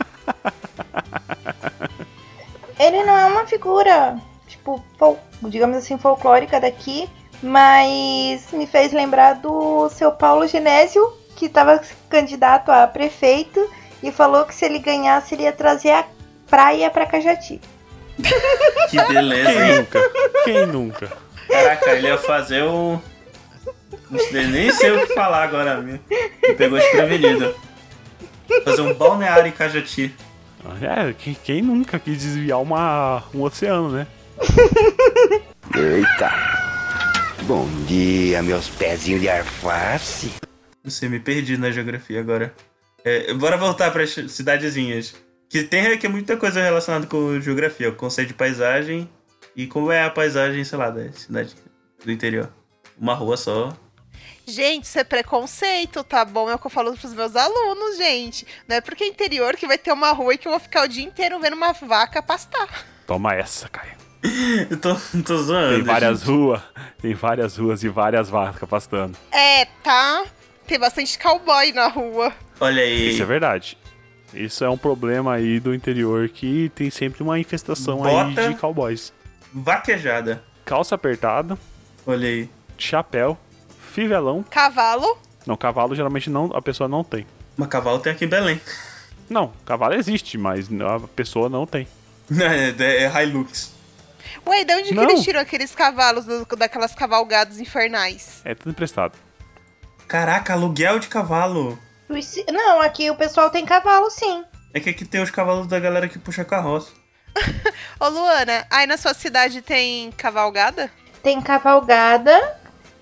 Ele não é uma figura, tipo, fol- digamos assim, folclórica daqui, mas me fez lembrar do seu Paulo Genésio, que estava candidato a prefeito e falou que se ele ganhasse ele ia trazer a praia pra Cajati. Que beleza, Quem hein? nunca? Quem nunca? Caraca, ele ia fazer um. Não sei nem sei o que falar agora, me me pegou desprevenido. Fazer um balneário em Cajati. É, quem, quem nunca quis desviar uma, um oceano, né? Eita. Bom dia, meus pezinhos de alface. Não sei, me perdi na geografia agora. É, bora voltar para as cidadezinhas. Que tem aqui muita coisa relacionada com geografia, o conceito de paisagem e como é a paisagem, sei lá, da cidade do interior. Uma rua só. Gente, isso é preconceito, tá bom? É o que eu falo pros meus alunos, gente. Não é porque é interior que vai ter uma rua e que eu vou ficar o dia inteiro vendo uma vaca pastar. Toma essa, Caio. Eu tô, tô zoando. Tem várias gente. ruas, tem várias ruas e várias vacas pastando. É, tá? Tem bastante cowboy na rua. Olha aí. Isso é verdade. Isso é um problema aí do interior que tem sempre uma infestação Bota. aí de cowboys. Vaquejada. Calça apertada, Olha aí. chapéu, fivelão. Cavalo. Não, cavalo geralmente não, a pessoa não tem. Mas cavalo tem aqui em Belém. Não, cavalo existe, mas a pessoa não tem. É, é Hilux. Ué, de onde que Não. eles tiram aqueles cavalos do- daquelas cavalgadas infernais? É tudo emprestado. Caraca, aluguel de cavalo. Luici- Não, aqui o pessoal tem cavalo, sim. É que aqui tem os cavalos da galera que puxa carroça. Ô, Luana, aí na sua cidade tem cavalgada? Tem cavalgada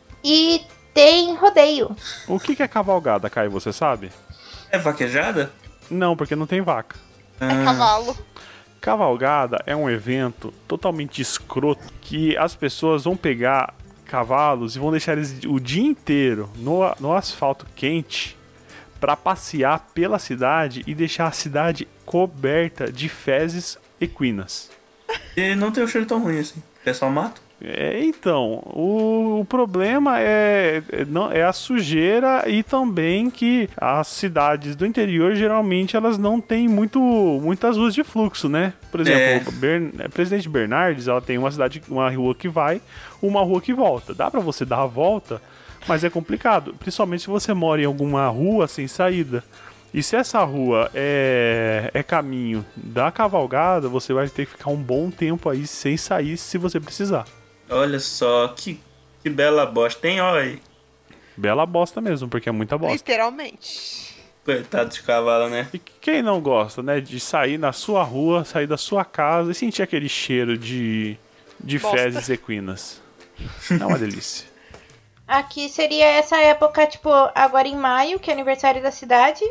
e tem rodeio. O que que é cavalgada, Caio, você sabe? É vaquejada? Não, porque não tem vaca. É Ah, cavalo. Cavalgada é um evento totalmente escroto que as pessoas vão pegar cavalos e vão deixar eles o dia inteiro no, no asfalto quente para passear pela cidade e deixar a cidade coberta de fezes equinas. E não tem um cheiro tão ruim assim. É só mato? É, então, o, o problema é, é, não, é a sujeira e também que as cidades do interior geralmente elas não têm muito, muitas ruas de fluxo, né? Por exemplo, Bern, Presidente Bernardes, ela tem uma cidade, uma rua que vai, uma rua que volta. Dá pra você dar a volta, mas é complicado, principalmente se você mora em alguma rua sem saída. E se essa rua é, é caminho da cavalgada, você vai ter que ficar um bom tempo aí sem sair se você precisar. Olha só, que, que bela bosta. Tem, olha aí. Bela bosta mesmo, porque é muita bosta. Literalmente. Coitado de cavalo, né? E quem não gosta, né, de sair na sua rua, sair da sua casa e sentir aquele cheiro de, de Bosta. fezes equinas? É uma delícia. Aqui seria essa época, tipo, agora em maio, que é aniversário da cidade.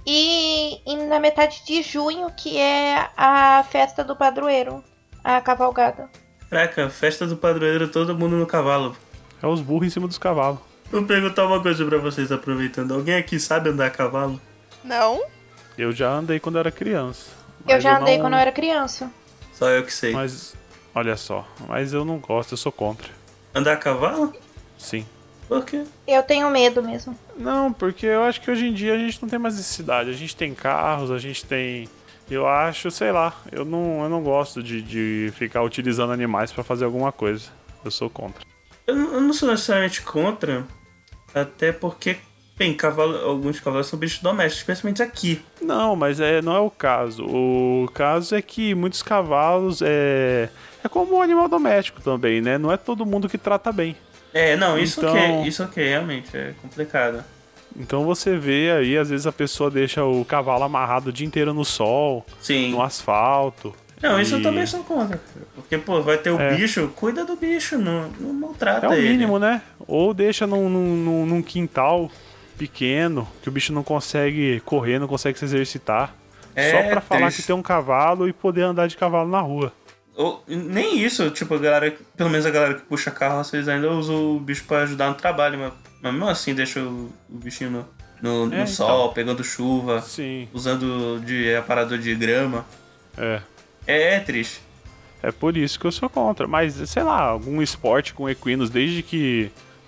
E, e na metade de junho, que é a festa do padroeiro, a cavalgada. Caraca, festa do padroeiro, todo mundo no cavalo. É os burros em cima dos cavalos. Vou perguntar uma coisa pra vocês, aproveitando. Alguém aqui sabe andar a cavalo? Não? Eu já andei quando era criança. Eu Mas já andei não- quando eu era criança. Só eu que sei. Mas, olha só, mas eu não gosto, eu sou contra. Andar a cavalo? Sim. Por quê? Eu tenho medo mesmo. Não, porque eu acho que hoje em dia a gente não tem mais necessidade. A gente tem carros, a gente tem... Eu acho, sei lá, eu não, eu não gosto de, de ficar utilizando animais pra fazer alguma coisa. Eu sou contra. Eu, não- eu não sou necessariamente contra, até porque, bem, cavalo, alguns cavalos são bichos domésticos, especialmente aqui. Não, mas é, não é o caso. O caso é que muitos cavalos é... É como um animal doméstico também, né? Não é todo mundo que trata bem. É, não, isso Então- ok, isso ok, realmente, é complicado. Então você vê aí, às vezes a pessoa deixa o cavalo amarrado o dia inteiro no sol, Sim. no asfalto. Não, isso e- eu também sou contra. cara. Porque, pô, vai ter o É. bicho, cuida do bicho, não, não maltrata É o ele. mínimo, né? Ou deixa num, num, num- num quintal pequeno, que o bicho não consegue correr, não consegue se exercitar. É só pra falar triste. que tem um cavalo e poder andar de cavalo na rua. Ou, nem isso, tipo, a galera, pelo menos a galera que puxa carro, às vezes ainda usa o bicho pra ajudar no trabalho, mas, mas mesmo assim deixa o, o bichinho no, no, no É, sol, então. pegando chuva, Sim, usando de aparador de grama. é. É, é triste. É por isso que eu sou contra. Mas, sei lá, algum esporte com equinos, desde que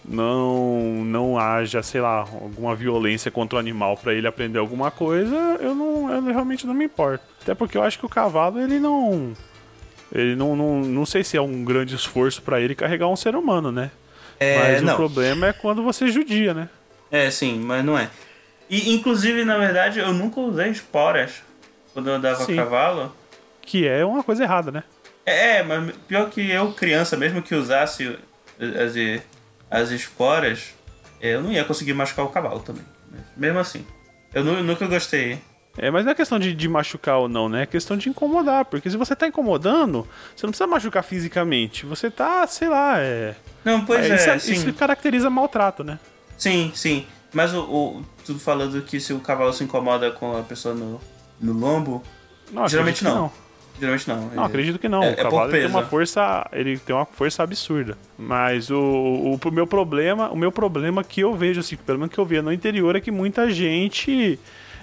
não não haja, sei lá, alguma violência contra o animal pra ele aprender alguma coisa, eu não eu realmente não me importo. Até porque eu acho que o cavalo, ele não ele não não, não sei se é um grande esforço pra ele carregar um ser humano, né? É, Mas não. o problema é quando você judia, né? É, sim, mas não é. E, inclusive, na verdade, eu nunca usei esporas quando eu andava Sim. a cavalo. Que é uma coisa errada, né? É, é, mas pior que eu, criança, mesmo que usasse as, as esporas, eu não ia conseguir machucar o cavalo também. Mesmo assim. Eu nu- nunca gostei. É, mas não é questão de, de machucar ou não, né? É questão de incomodar. Porque se você tá incomodando, você não precisa machucar fisicamente. Você tá, sei lá, é. Não, pois é, isso, sim. isso caracteriza maltrato, né? Sim, sim. Mas o, o tu falando que se o cavalo se incomoda com a pessoa no, no lombo, Não, geralmente acredito que não. Geralmente não. Não, acredito que não. É- o é por cavalo ele tem peso. uma força, ele tem uma força absurda. Mas o, o, o meu problema, o meu problema que eu vejo assim, pelo menos que eu vejo no interior é que muita gente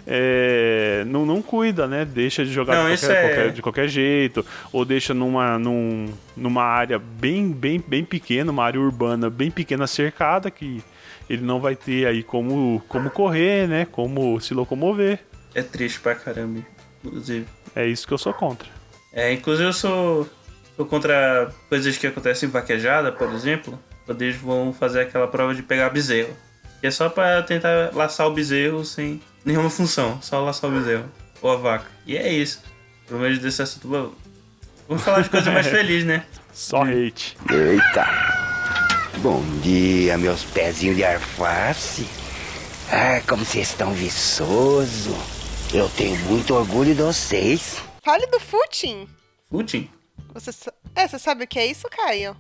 é, não, não cuida, né? Deixa de jogar Não, de, isso qualquer, é- qualquer- de qualquer jeito, ou deixa numa, num, numa área bem, bem, bem pequena, uma área urbana bem pequena cercada que ele não vai ter aí como, como correr, né? Como se locomover. É triste pra caramba, inclusive. É isso que eu sou contra. É, inclusive eu sou, sou contra coisas que acontecem em vaquejada, por exemplo, quando eles vão fazer aquela prova de pegar bezerro. Que é só pra tentar laçar o bezerro sem nenhuma função, só laçar o bezerro ou a vaca. E é isso. Pelo menos desse assunto. Vamos- Vamos falar de coisa mais feliz, né? Só hate. Eita! Bom dia, meus pezinhos de alface. Ah, como vocês estão viçosos. Eu tenho muito orgulho de vocês. Fale do footing. Footing? Você, sa- é, você sabe o que é isso, Caio?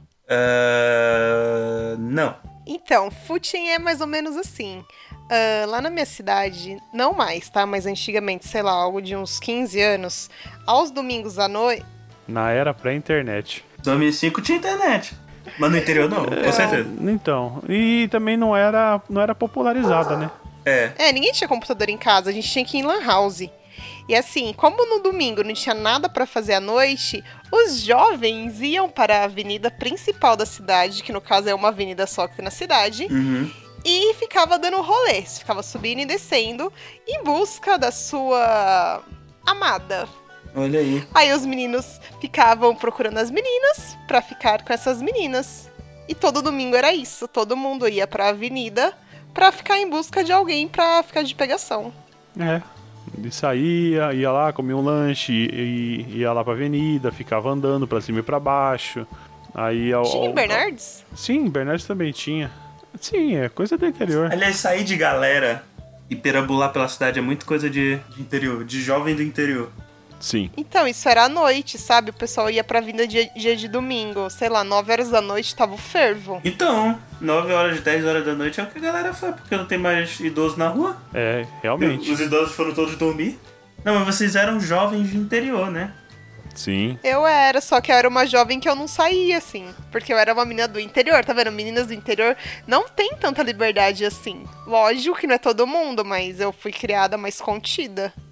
Ah, não. Então, footing é mais ou menos assim. Ah, lá na minha cidade, não mais, tá? Mas antigamente, sei lá, algo de uns quinze anos, aos domingos à noite. Na era pré-internet. dois mil e cinco tinha internet. Mas no interior não, com certeza. Então, e também não era, não era popularizada, né? É. É, ninguém tinha computador em casa, a gente tinha que ir em lan house. E assim, como no domingo não tinha nada pra fazer à noite, os jovens iam para a avenida principal da cidade, que no caso é uma avenida só que tem na cidade, Uhum. e ficava dando rolê, ficava subindo e descendo em busca da sua amada. Olha aí. Aí os meninos ficavam procurando as meninas pra ficar com essas meninas. E todo domingo era isso, todo mundo ia pra avenida pra ficar em busca de alguém pra ficar de pegação. É. Ele saía, ia lá, comia um lanche, e, e ia lá pra avenida, ficava andando pra cima e pra baixo. Aí ao, Tinha em ao- Bernardes? Sim, Bernardes também tinha. Sim, é coisa do interior. Aliás, sair de galera e perambular pela cidade é muito coisa de, de interior, de jovem do interior. Sim. Então, isso era à noite, sabe? O pessoal ia pra vinda dia, dia de domingo. Sei lá, nove horas da noite tava o fervo. Então, nove horas, dez horas da noite é o que a galera faz, porque não tem mais idoso na rua. É, realmente. Os idosos foram todos dormir. Não, mas vocês eram jovens de interior, né? Sim. Eu era, só que eu era uma jovem que eu não saía, assim. Porque eu era uma menina do interior, tá vendo? Meninas do interior não tem tanta liberdade assim. Lógico que não é todo mundo, mas eu fui criada mais contida.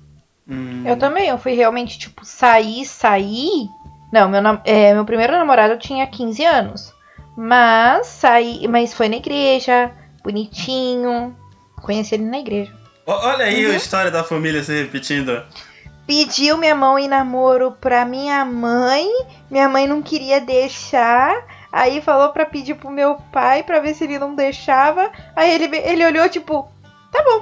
Hum. Eu também, eu fui realmente, tipo, sair, sair. Não, meu, nam- é, meu primeiro namorado eu tinha quinze anos. Mas saí, mas foi na igreja, bonitinho. Conheci ele na igreja. O- Olha aí Uhum. a história da família se repetindo. Pediu minha mão em namoro pra minha mãe. Minha mãe não queria deixar. Aí falou pra pedir pro meu pai pra ver se ele não deixava. Aí ele, ele olhou, tipo, tá bom.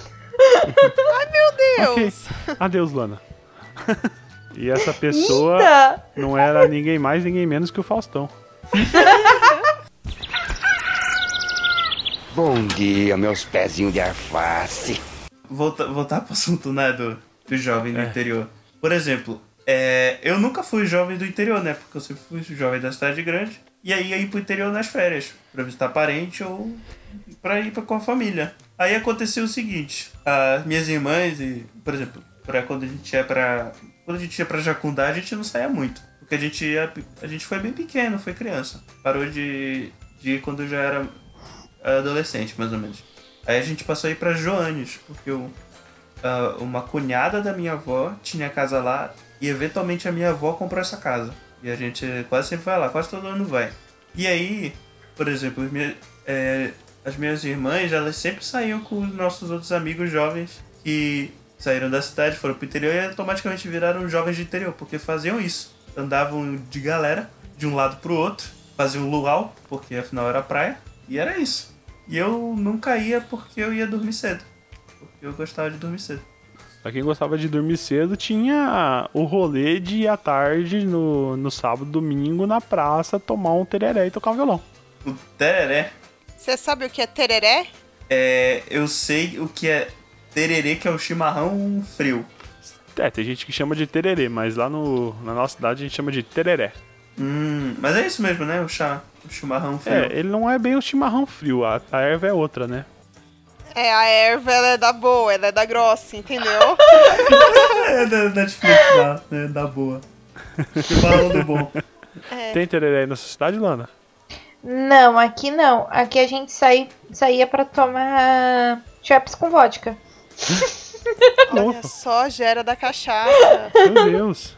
Deus! Ok. Adeus, Lana. E essa pessoa Eita! não era ninguém mais, ninguém menos que o Faustão. Bom dia, meus pezinhos de alface. Volta, voltar pro assunto, né, do, do jovem do É. interior. Por exemplo, é, eu nunca fui jovem do interior, né? Porque eu sempre fui jovem da cidade grande. E aí ia ir pro interior nas férias, pra visitar parente ou pra ir pra, com a família. Aí aconteceu o seguinte, as minhas irmãs e, por exemplo, pra quando a gente ia pra... Quando a gente ia pra Jacundá, a gente não saía muito. Porque a gente ia... A gente foi bem pequeno, foi criança. Parou de, de ir quando eu já era adolescente, mais ou menos. Aí a gente passou a ir pra Joanes, porque eu, ah, uma cunhada da minha avó tinha casa lá e eventualmente a minha avó comprou essa casa. E a gente quase sempre vai lá, quase todo ano vai. E aí, por exemplo, as minhas, é, as minhas irmãs, elas sempre saíam com os nossos outros amigos jovens que saíram da cidade, foram pro interior e automaticamente viraram jovens de interior, porque faziam isso. Andavam de galera, de um lado pro outro, faziam luau, porque afinal era praia, e era isso. E eu nunca ia porque eu ia dormir cedo. Porque eu gostava de dormir cedo. Pra quem gostava de dormir cedo, tinha o rolê de ir à tarde, no, no sábado, domingo, na praça, tomar um tereré e tocar um violão. O tereré, Você sabe o que é tereré? é, eu sei o que é tererê, que é o chimarrão frio. É, tem gente que chama de tererê, mas lá no, na nossa cidade a gente chama de tereré. Hum, mas é isso mesmo, né? O chá, o chimarrão frio. É, ele não é bem o chimarrão frio, a, a erva é outra, né? É, a erva ela é da boa, ela é da grossa, entendeu? É da Netflix lá, né? Da boa. Chimarrão do bom. É. Tem tereré aí na sua cidade, Lana? Não, aqui não. Aqui a gente saí, saía pra tomar chaps com vodka. Olha só, gera da cachaça. Meu Deus.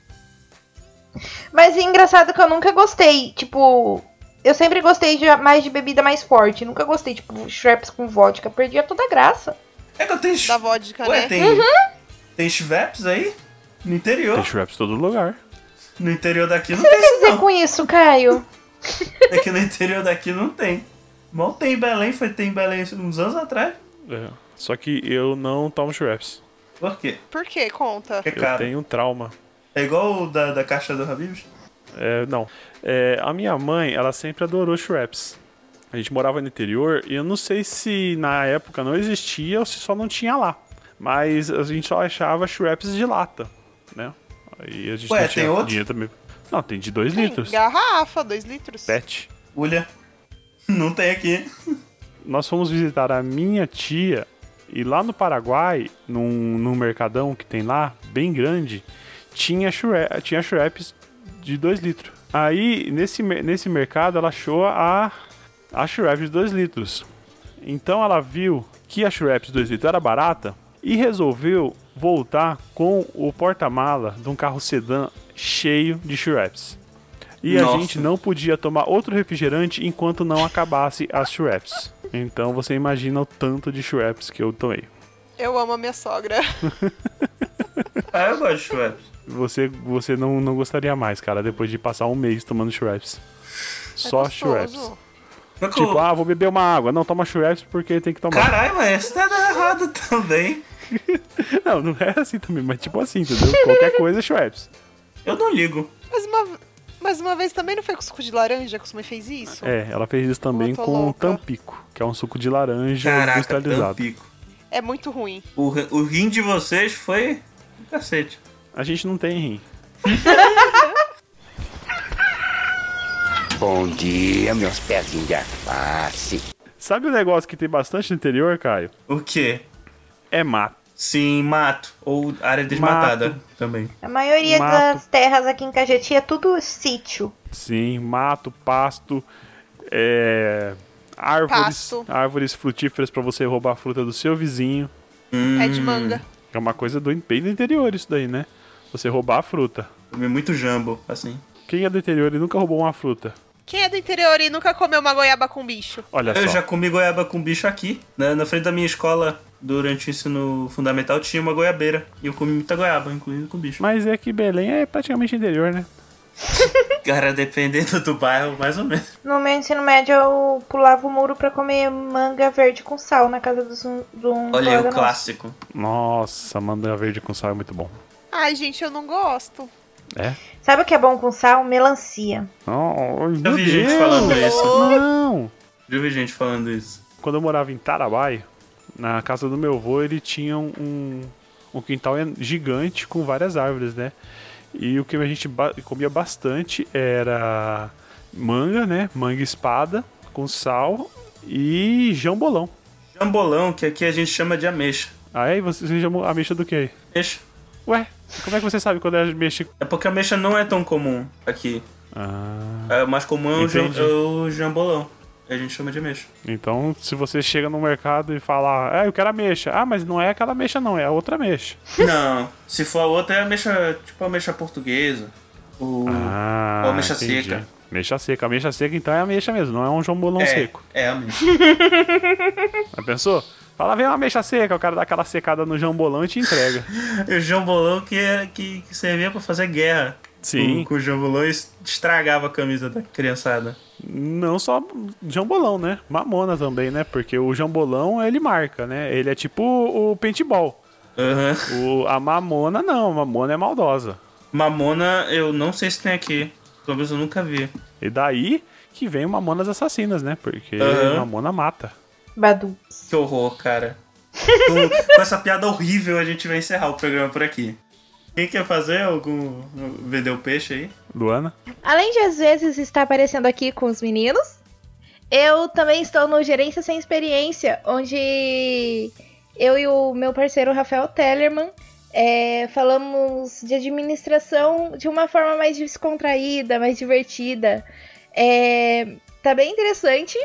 Mas é engraçado que eu nunca gostei, tipo... Eu sempre gostei de, mais de bebida mais forte. Nunca gostei, tipo, chaps com vodka. Perdia toda a graça. É que eu tenho... Da vodka, Ué, né? tem... Tem Schweppes aí? No interior. Tem Schweppes em todo lugar. No interior daqui não O que tem você quer isso, dizer não. com isso, Caio? É que no interior daqui não tem. Mal tem em Belém, foi ter em Belém uns anos atrás. É, só que eu não tomo Schweppes. Por quê? Por quê? Conta. Porque é Eu caro. tenho um trauma. É igual o da, da caixa do Habib's? É, não. É, a minha mãe, ela sempre adorou Schweppes. A gente morava no interior e eu não sei se na época não existia ou se só não tinha lá. Mas a gente só achava Schweppes de lata, né? Aí a gente Ué, não tem tinha outro? dinheiro também. Não, tem de dois Tem litros. garrafa, dois litros. Pet. Ulha. Não tem aqui. Nós fomos visitar a minha tia e lá no Paraguai, num, num mercadão que tem lá, bem grande, tinha, Schwe- tinha Schweppes de dois litros. Aí, nesse, mer- nesse mercado, ela achou a, a Schweppes de dois litros. Então ela viu que a Schweppes de dois litros era barata e resolveu voltar com o porta-mala de um carro sedã cheio de Schweppes. E Nossa. a gente não podia tomar outro refrigerante enquanto não acabasse as Schweppes. Então você imagina o tanto de Schweppes que eu tomei. Eu amo a minha sogra. Ah, eu gosto de Schweppes. Você, você não, não gostaria mais, cara, depois de passar um mês tomando Schweppes. Só É gostoso. Schweppes. Só que Tipo, o- ah, vou beber uma água. Não, toma Schweppes porque tem que tomar. Caralho, mas isso tá dando errado também. Não, não é assim também, mas tipo assim, entendeu? Qualquer coisa é Schweppes. Eu não ligo. Mas uma, mas uma vez também não foi com suco de laranja que a sua mãe fez isso? É, ela fez isso também Eu tô com louca. Tampico, que é um suco de laranja Caraca, industrializado. Tampico. É muito ruim. O, ri- o rim de vocês foi um cacete. A gente não tem rim. Bom dia, meus pezinhos de alface. Sabe o negócio que tem bastante no interior, Caio? O quê? É mato. Sim, mato. Ou área desmatada Mato. também. A maioria Mato. das terras aqui em Cajeti é tudo sítio. Sim, mato, pasto, é, árvores, Pasto. árvores frutíferas pra você roubar a fruta do seu vizinho. É de manga. É uma coisa do bem do interior isso daí, né? Você roubar a fruta. Comi muito jambo, assim. Quem é do interior e nunca roubou uma fruta? Quem é do interior e nunca comeu uma goiaba com bicho? Olha Eu só. já comi goiaba com bicho aqui, né? Na frente da minha escola, durante o ensino fundamental, tinha uma goiabeira. E eu comi muita goiaba, inclusive com bicho. Mas é que Belém é praticamente interior, né? Cara, dependendo do bairro, mais ou menos. No meu ensino médio, eu pulava o muro pra comer manga verde com sal na casa dos, de um Olha aí, colega o nosso. clássico. Nossa, manga verde com sal é muito bom. Ai, gente, eu não gosto. É? Sabe o que é bom com sal? Melancia. Oh, Já meu vi gente Deus. falando isso. Não! Já vi gente falando isso. Quando eu morava em Tarabai, na casa do meu avô, ele tinha um, um quintal en- gigante com várias árvores, né? E o que a gente ba- comia bastante era manga, né? Manga espada com sal e jambolão. Jambolão, que aqui a gente chama de ameixa. Aí você você chamou a ameixa do quê? Ameixa. Ué, como é que você sabe quando é ameixa? É porque a ameixa não é tão comum aqui. Ah, É, o mais comum é o, jam- Entendi. é o jambolão. A gente chama de ameixa. então se você chega no mercado e fala, ah, eu quero ameixa. Ah, mas não é aquela ameixa não, é a outra ameixa. Não, se for a outra é a ameixa, tipo a ameixa portuguesa. O... Ah, Ou ameixa entendi. seca. Ameixa seca. Ameixa seca então é ameixa mesmo, não é um jambolão é, seco. É, a ameixa. Já pensou? Fala, vem uma ameixa seca, o cara dá aquela secada no jambolão e te entrega. O jambolão que, é, que, que servia pra fazer guerra. Sim. Com, com o jambolão e estragava a camisa da criançada. Não só jambolão, né? Mamona também, né? Porque o jambolão, ele marca, né? Ele é tipo o, o paintball. Uhum. O, a mamona não, a mamona é maldosa. Mamona, eu não sei se tem aqui. Pelo menos eu nunca vi. E daí que vem o Mamonas Assassinas, né? Porque Aham. mamona mata. Badu. Que horror, cara. com, com essa piada horrível, a gente vai encerrar o programa por aqui. Quem quer fazer algum... vender o peixe aí? Luana? Além de às vezes estar aparecendo aqui com os meninos, eu também estou no Gerência Sem Experiência, onde eu e o meu parceiro Rafael Tellerman é, falamos de administração de uma forma mais descontraída, mais divertida. É, tá bem interessante.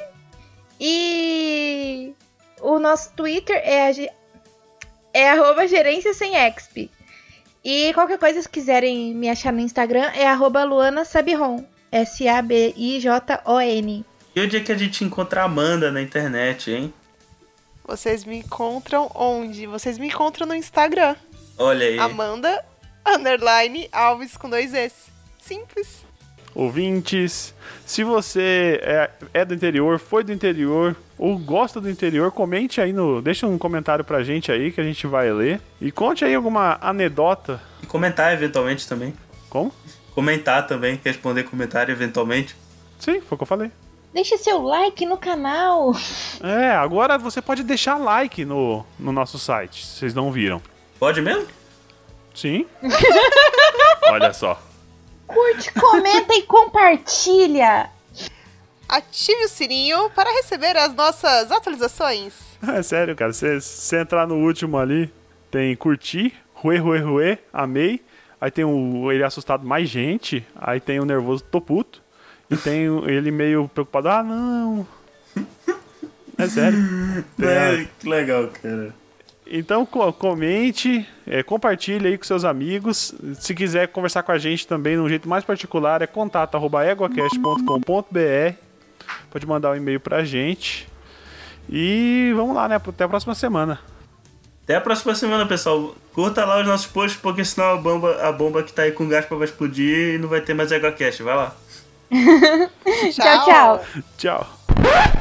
E o nosso Twitter é, a, ge- é arroba gerência sem exp. E qualquer coisa, se quiserem me achar no Instagram, é arroba Luana Sabijon. S A B I J O N. E o dia que a gente encontra a Amanda na internet, hein? Vocês me encontram onde? Vocês me encontram no Instagram. Olha aí. Amanda, underline, Alves com dois S. Simples. Ouvintes, se você é, é do interior, foi do interior ou gosta do interior, comente aí no, deixa um comentário pra gente aí que a gente vai ler e conte aí alguma anedota. E comentar eventualmente também. Como? Comentar também, responder comentário eventualmente. Sim, foi o que eu falei. Deixe seu like no canal. É, agora você pode deixar like no, no nosso site, se vocês não viram. Pode mesmo? Sim. Olha só. Curte, comenta e compartilha. Ative o sininho para receber as nossas atualizações. É sério, cara. Se você entrar no último ali, tem curtir, ruê, ruê, ruê, amei. Aí tem o ele assustado mais gente. Aí tem o nervoso tô puto. E tem o- ele meio preocupado. Ah, não. É sério. Tem a- É, que legal, cara. Então co- comente, é, compartilhe aí com seus amigos. Se quiser conversar com a gente também de um jeito mais particular, é contato arroba eguacast ponto com ponto b r. Pode mandar um e-mail pra gente. E vamos lá, né? Até a próxima semana. Até a próxima semana, pessoal. Curta lá os nossos posts, porque senão a bomba, a bomba que tá aí com gás vai explodir e não vai ter mais EgoCast. Vai lá. Tchau, tchau. Tchau.